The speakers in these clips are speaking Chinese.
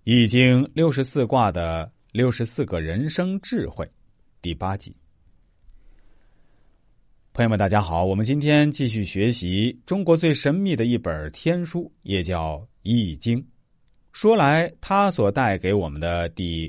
易经64卦的64个人生智慧第8集。朋友们大家好，我们今天继续学习中国最神秘的一本天书，也叫易经。说来它所带给我们的第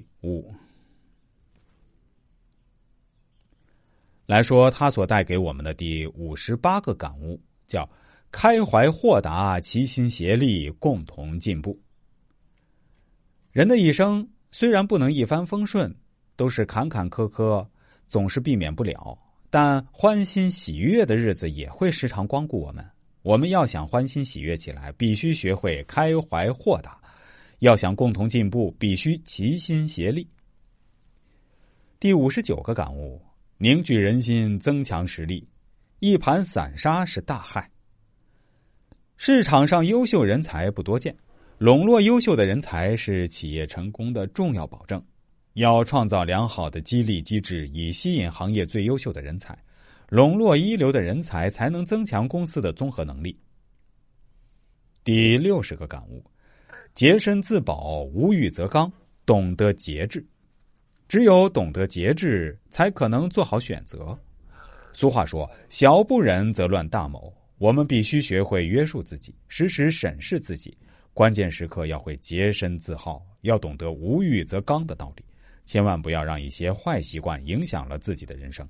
58个感悟，叫开怀豁达，齐心协力，共同进步。人的一生虽然不能一帆风顺，都是坎坎坷坷，总是避免不了，但欢欣喜悦的日子也会时常光顾我们。我们要想欢欣喜悦起来，必须学会开怀豁达；要想共同进步，必须齐心协力。第59个感悟：凝聚人心，增强实力，一盘散沙是大害。市场上优秀人才不多见，笼络优秀的人才是企业成功的重要保证。要创造良好的激励机制，以吸引行业最优秀的人才，笼络一流的人才，才能增强公司的综合能力。第60个感悟：洁身自保，无欲则刚，懂得节制。只有懂得节制，才可能做好选择。俗话说，小不忍则乱大谋。我们必须学会约束自己，时时审视自己，关键时刻要会洁身自好，要懂得无欲则刚的道理，千万不要让一些坏习惯影响了自己的人生。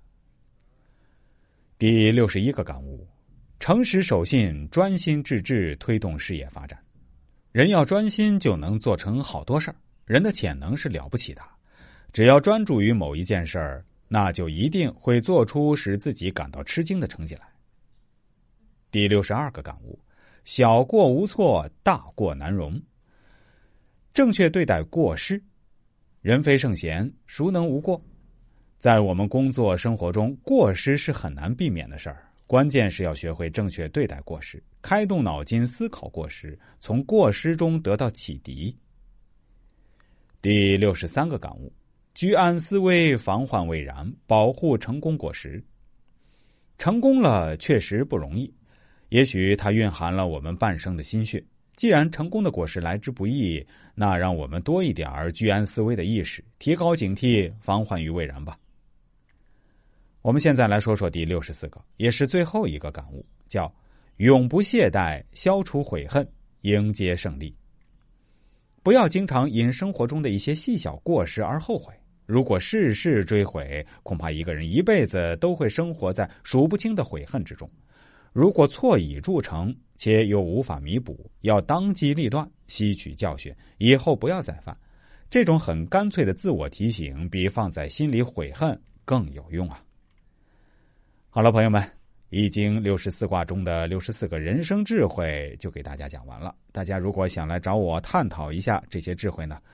第61个感悟：诚实守信，专心致志，推动事业发展。人要专心，就能做成好多事儿。人的潜能是了不起的，只要专注于某一件事儿，那就一定会做出使自己感到吃惊的成绩来。第62个感悟：小过无错，大过难容。正确对待过失。人非圣贤，孰能无过？在我们工作生活中，过失是很难避免的事儿，关键是要学会正确对待过失，开动脑筋思考过失，从过失中得到启迪。第63个感悟：居安思危，防患未然，保护成功果实。成功了确实不容易，也许它蕴含了我们半生的心血。既然成功的果实来之不易，那让我们多一点居安思危的意识，提高警惕，防患于未然吧。我们现在来说说第64个，也是最后一个感悟，叫永不懈怠，消除悔恨，迎接胜利。不要经常因生活中的一些细小过失而后悔，如果事事追悔，恐怕一个人一辈子都会生活在数不清的悔恨之中。如果错已铸成，且又无法弥补，要当机立断，吸取教训，以后不要再犯。这种很干脆的自我提醒，比放在心里悔恨更有用啊！好了，朋友们，易经64卦中的64个人生智慧就给大家讲完了。大家如果想来找我探讨一下这些智慧呢，